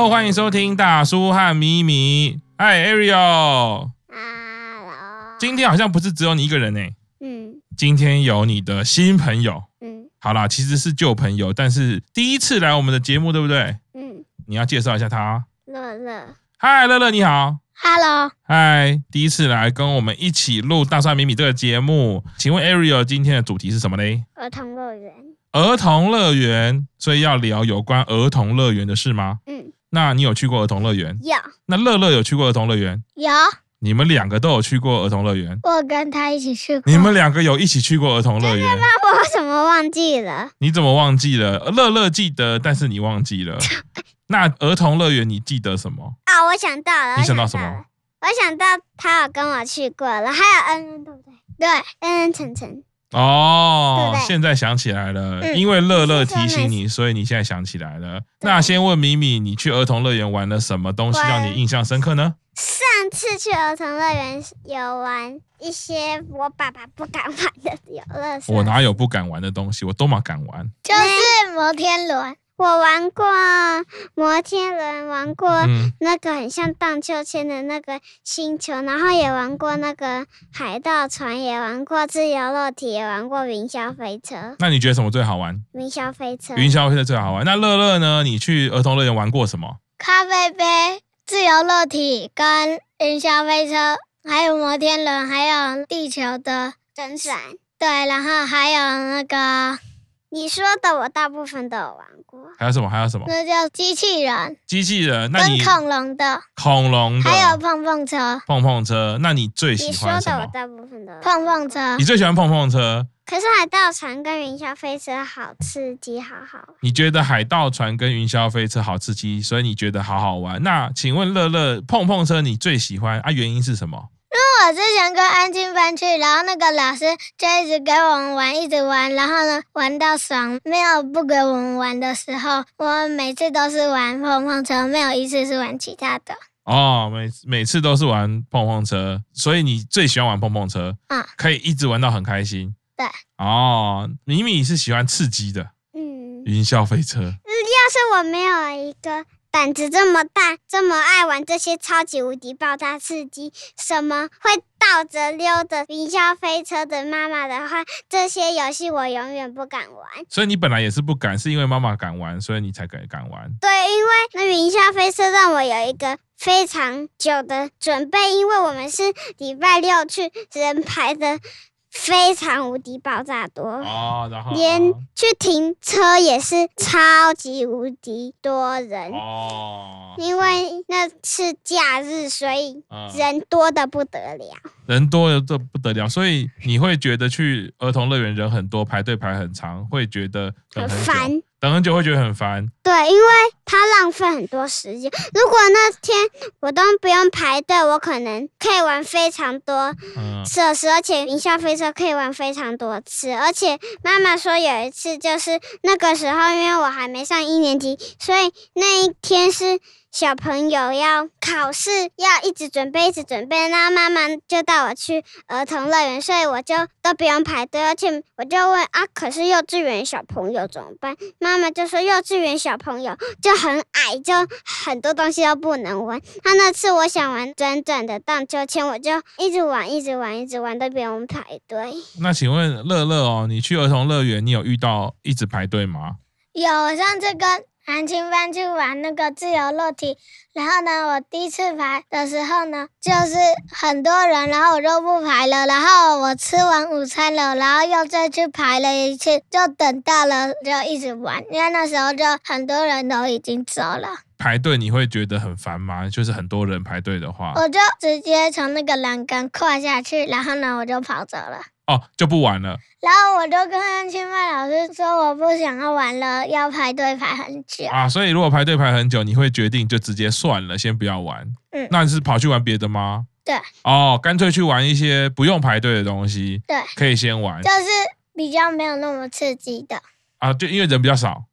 欢迎收听大叔和咪咪。嗨 Ariel， 今天好像不是只有你一个人呢。今天有你的新朋友。好啦，其实是旧朋友，但是第一次来我们的节目，对不对？你要介绍一下他。 乐乐。 嗨，乐乐你好。 Hello。 嗨，第一次来跟我们一起录大叔和咪咪这个节目，请问 Ariel 今天的主题是什么呢？ 儿童乐园。 儿童乐园，所以要聊有关儿童乐园的事吗？那你有去过儿童乐园？ 有。 那乐乐有去过儿童乐园？ 有。 你们两个都有去过儿童乐园？ 我跟他一起去过。 你们两个有一起去过儿童乐园？ 那我怎么忘记了？ 你怎么忘记了？乐乐记得，但是你忘记了。那儿童乐园你记得什么？ 啊，我想到了。 你想到什么？ 我想到他有跟我去过了，还有恩恩，对不对？对，恩恩晨晨。 哦，现在想起来了，因为乐乐提醒你，所以你现在想起来了。那先问米米，你去儿童乐园玩了什么东西让你印象深刻呢？ 上次去儿童乐园有玩一些我爸爸不敢玩的游乐设施。 我哪有不敢玩的东西？我都嘛敢玩。 就是摩天轮。我玩过摩天轮，玩过那个很像荡秋千的那个星球，然后也玩过那个海盗船，也玩过自由落体，也玩过云霄飞车。 那你觉得什么最好玩？ 云霄飞车。云霄飞车最好玩。那乐乐呢？你去儿童乐园玩过什么？ 咖啡杯、自由落体跟云霄飞车，还有摩天轮，还有地球的真伞。对，然后还有那个你说的，我大部分都有玩过。 还有什么？还有什么？ 那叫机器人。机器人， 那你跟恐龙的，还有碰碰车。 碰碰车，那你最喜欢什么？ 你说的，我大部分都有碰碰车。 你最喜欢碰碰车？ 可是海盗船跟云霄飞车好刺激，好好玩。 你觉得海盗船跟云霄飞车好刺激，所以你觉得好好玩。那请问乐乐，碰碰车你最喜欢啊？原因是什么？ 因为我之前跟安静班去，然后那个老师就一直给我们玩，一直玩，然后呢玩到爽，没有不给我们玩的时候，我们每次都是玩碰碰车，没有一次是玩其他的。 哦，每次都是玩碰碰车，所以你最喜欢玩碰碰车，可以一直玩到很开心。对。哦，米米是喜欢刺激的，云霄飞车。要是我没有一个胆子这么大，这么爱玩这些超级无敌爆炸刺激，什么会倒着溜的云霄飞车的妈妈的话，这些游戏我永远不敢玩。 所以你本来也是不敢，是因为妈妈敢玩，所以你才敢玩。 对，因为那云霄飞车让我有一个非常久的准备，因为我们是礼拜六去，人排的非常无敌爆炸多然后连去停车也是超级无敌多人因为那是假日，所以人多的不得了。 人多的不得了，所以你会觉得去儿童乐园人很多，排队排很长，会觉得很烦。 等很久会觉得很烦。 对，因为它浪费很多时间。如果那天我都不用排队，我可能可以玩非常多设施，而且云霄飞车可以玩非常多次。而且妈妈说有一次就是那个时候，因为我还没上1年级，所以那一天是小朋友要考试，要一直准备，然后妈妈就带我去儿童乐园，所以我就都不用排队。而且我就问可是幼稚园小朋友怎么办？妈妈就说幼稚园小朋友就很矮，就很多东西都不能玩。那次我想玩转转的荡秋千，我就一直玩都不用排队。 那请问乐乐你去儿童乐园你有遇到一直排队吗？ 有，上次跟安亲班去玩那个自由落体，然后呢我第一次排的时候呢就是很多人，然后我就不排了，然后我吃完午餐了，然后又再去排了一次，就等到了就一直玩，因为那时候就很多人都已经走了。 排队你会觉得很烦吗？就是很多人排队的话， 我就直接从那个栏杆跨下去，然后呢我就跑走了。 就不玩了。 然后我就跟安亲班老师说我不想要玩了，要排队排很久所以如果排队排很久，你会决定就直接算了，先不要玩。那你是跑去玩别的吗？ 对。 干脆去玩一些不用排队的东西。 对， 可以先玩， 就是比较没有那么刺激的就因为人比较少。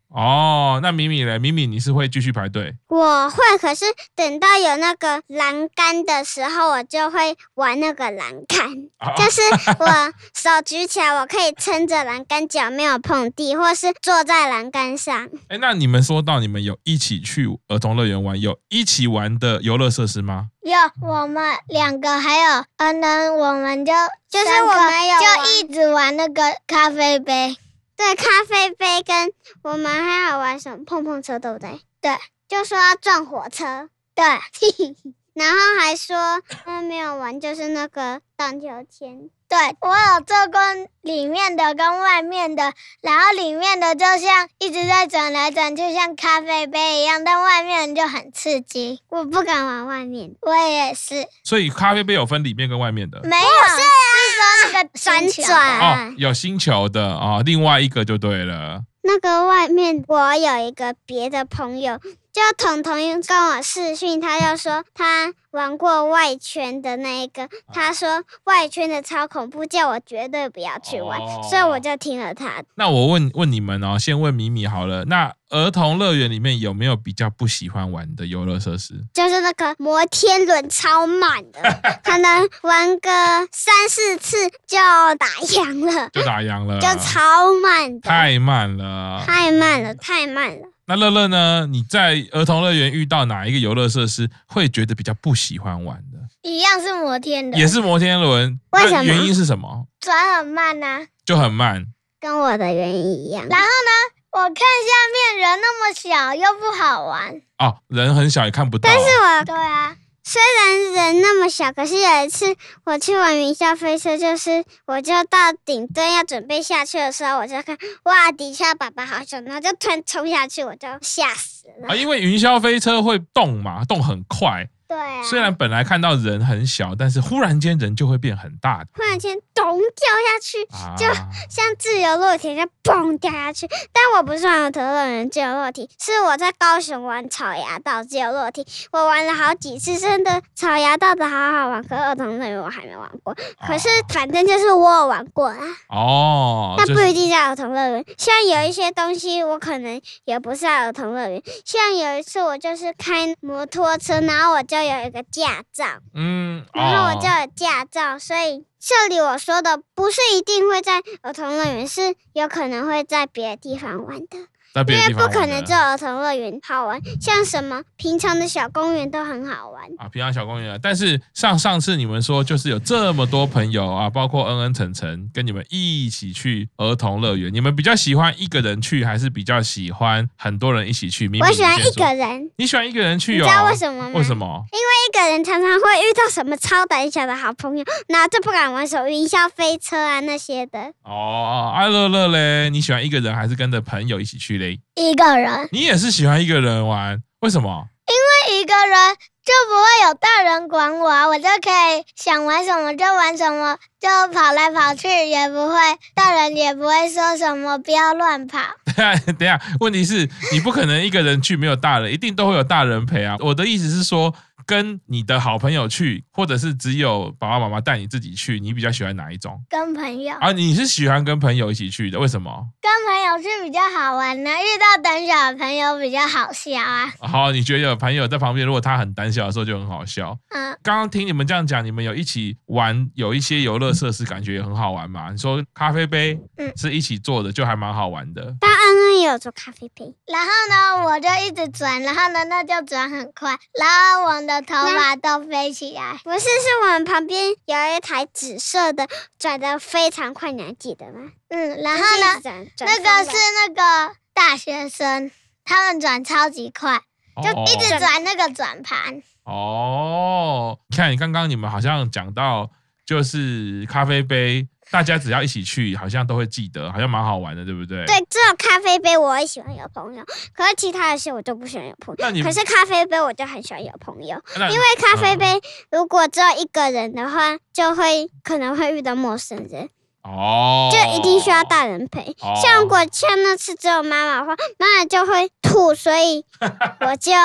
哦，那米米嘞？米米你是会继续排队？ 我会，可是等到有那个栏杆的时候，我就会玩那个栏杆，就是我手举起来，我可以撑着栏杆，脚没有碰地，或是坐在栏杆上。 那你们说到你们有一起去儿童乐园玩，有一起玩的游乐设施吗？ 有，我们2个还有我们就是我们有就一直玩那个咖啡杯。 对，咖啡杯跟我们还有玩什么碰碰车，对不对？ 对， 就说要撞火车。 对， 然后还说没有玩，就是那个荡秋千。 对，我有做过里面的跟外面的，然后里面的就像一直在转来转去，像咖啡杯一样，但外面就很刺激。 我不敢玩外面。 我也是。 所以咖啡杯有分里面跟外面的？ 没有，是说那个旋转有星球的另外一个就对了。 那个外面我有一个别的朋友，就彤彤跟我视讯，他就说他玩过外圈的那一个，他说外圈的超恐怖，叫我绝对不要去玩，所以我就听了他的。 那我问你们先问米米好了，那儿童乐园里面有没有比较不喜欢玩的游乐设施？ 就是那个摩天轮超慢的，可能玩个3-4次就打烊了，就超慢的， 太慢了。那乐乐呢？你在儿童乐园遇到哪一个游乐设施会觉得比较不喜欢玩的？ 一样是摩天轮， 也是摩天轮。 为什么？ 原因是什么？ 转很慢啊， 就很慢， 跟我的原因一样。 然后呢，我看下面人那么小又不好玩人很小也看不到。 但是对啊。 虽然人那么小，可是有一次我去玩云霄飞车，就是我就到顶端要准备下去的时候，我就看哇，底下爸爸好小，然后就突然冲下去，我就吓死了。 因为云霄飞车会动嘛，动很快。 对啊。 虽然本来看到人很小，但是忽然间人就会变很大， 忽然间咚掉下去，就像自由落体，就嘣掉下去。但我不是玩儿童乐园自由落体，是我在高雄玩草芽道自由落体，我玩了好几次，真的草芽道的好好玩，可是儿童乐园我还没玩过。可是反正就是我有玩过啦。那不一定在儿童乐园，像有一些东西我可能也不是在儿童乐园。像有一次我就是开摩托车，然后我就有一个驾照，然后我就有驾照，所以这里我说的不是一定会在儿童乐园，是有可能会在别的地方玩的。因为不可能只有儿童乐园好玩，像什么平常的小公园都很好玩平常小公园。但是上次你们说就是有这么多朋友包括恩恩、晨晨跟你们一起去儿童乐园，你们比较喜欢一个人去，还是比较喜欢很多人一起去？ 我喜欢一个人。 你喜欢一个人去你知道为什么吗？ 为什么？ 因为一个人常常会遇到什么超胆小的好朋友，然后就不敢玩什么云霄飞车那些的。 乐乐嘞，你喜欢一个人还是跟着朋友一起去嘞？ 一个人。 你也是喜欢一个人玩，为什么？ 因为一个人就不会有大人管我我就可以想玩什么就玩什么，就跑来跑去，也不会大人也不会说什么不要乱跑。 等一下，问题是你不可能一个人去没有大人，一定都会有大人陪啊。我的意思是说，跟你的好朋友去，或者是只有爸爸妈妈带你自己去，你比较喜欢哪一种？ 跟朋友你是喜欢跟朋友一起去的，为什么？ 跟朋友去比较好玩呢，遇到胆小的朋友比较好笑好，你觉得有朋友在旁边，如果他很胆小的时候就很好笑。刚刚听你们这样讲，你们有一起玩，有一些游乐设施，感觉也很好玩嘛。你说咖啡杯是一起做的，就还蛮好玩的。 但恩恩也有做咖啡杯， 然后呢，我就一直转，然后呢，那就转很快，然后我的头发都飞起来。 不是，是我们旁边有一台紫色的，转得非常快，你还记得吗？ 然后呢，那个是那个大学生，他们转超级快，就一直转那个转盘。 看刚刚你们好像讲到，就是咖啡杯，大家只要一起去，好像都会记得，好像蛮好玩的，对不对？ 对，只有咖啡杯我也喜欢有朋友，可是其他的些我就不喜欢有朋友。可是咖啡杯我就很喜欢有朋友，因为咖啡杯如果只有一个人的话，就会可能会遇到陌生人。就一定需要大人陪。像那次只有妈妈的话，妈妈就会吐，所以我就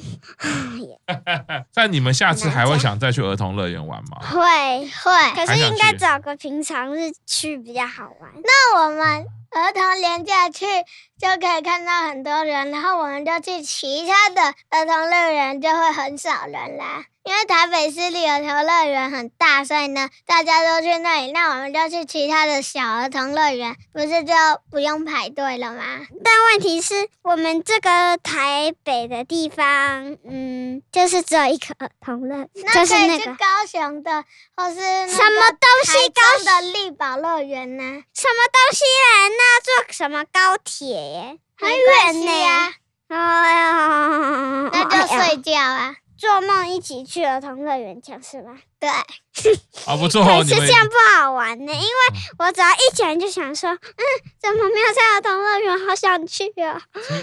但你们下次还会想再去儿童乐园玩吗？ 会，可是应该找个平常日去比较好玩。 那我们儿童连假去就可以看到很多人，然后我们就去其他的儿童乐园就会很少人啦。因为台北市立儿童乐园很大，所以呢大家都去那里，那我们就去其他的小儿童乐园，不是就不用排队了吗？ 但问题是我们这个台北的地方，就是只有一个儿童乐园，就是那可以去高雄的或是什么东西高雄的力宝乐园呢？ 什么东西啊？那坐什么高铁耶？很远呢。哎呀， 那就睡觉啊。 做梦一起去儿童乐园讲是吧？ 对。 不错可是这样不好玩呢，因为我只要一讲就想说，怎么没有在儿童乐园？好想去啊！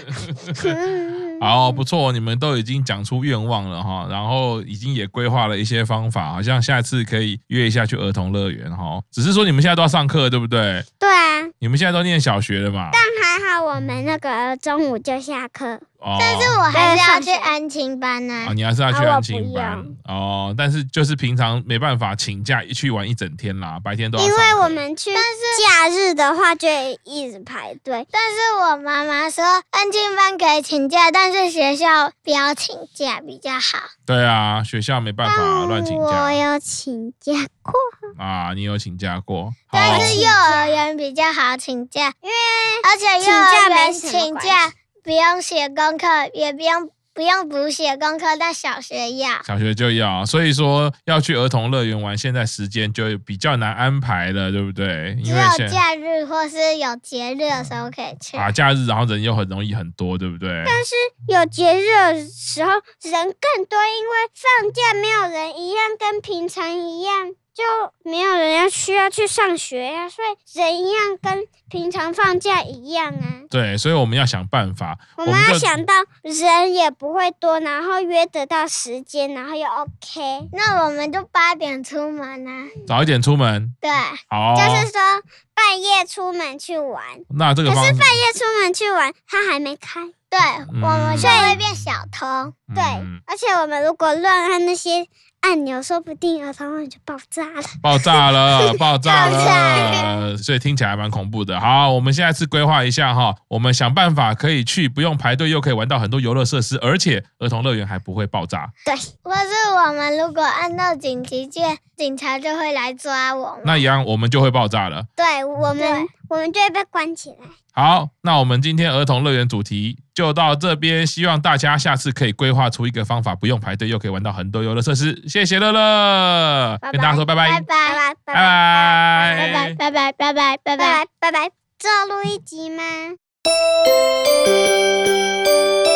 好，不错，你们都已经讲出愿望了哈，然后已经也规划了一些方法，好像下次可以约一下去儿童乐园哈。只是说你们现在都要上课，对不对？ 对啊。 你们现在都念小学了嘛？ 但还好我们那个中午就下课。 但是我还是要去安亲班啊。 你还是要去安亲班但是就是平常没办法请假去玩一整天啦，白天都要上课。 因为我们去假日的话就一直排队。 但是我妈妈说安亲班可以请假，但是学校不要请假比较好。 对啊，学校没办法乱请假。 我有请假过你有请假过？ 但是幼儿园比较好请假，而且幼儿园请假不用写功课，也不用补写功课，但小学就要， 所以说要去儿童乐园玩，现在时间就比较难安排了，对不对？ 只有假日或是有节日的时候可以去。 假日然后人又很容易很多，对不对？ 但是有节日的时候人更多，因为放假没有人一样，跟平常一样。就没有人需要去上学呀，所以人一样跟平常放假一样啊。 对，所以我们要想办法。 我们要想到人也不会多，然后约得到时间，然后又 OK。 那我们就8点出门啊。 早一点出门。 对。 好。 就是说半夜出门去玩。 那这个方式。 可是半夜出门去玩，它还没开。 对，我们就会变小偷。 对，而且我们如果乱按那些按钮，说不定儿童乐园就爆炸了。 爆炸了，所以听起来蛮恐怖的。好，我们下次规划一下哈，我们想办法可以去，不用排队，又可以玩到很多游乐设施，而且儿童乐园还不会爆炸。 对， 或是我们如果按到紧急键，警察就会来抓我们。 那一样我们就会爆炸了。 对，我们就会被关起来。 好，那我们今天儿童乐园主题就到这边，希望大家下次可以规划出一个方法，不用排队又可以玩到很多游乐设施。谢谢乐乐，跟大家说拜拜， 拜拜， 拜拜， 拜拜，拜拜，拜拜， 拜拜。这录一集吗？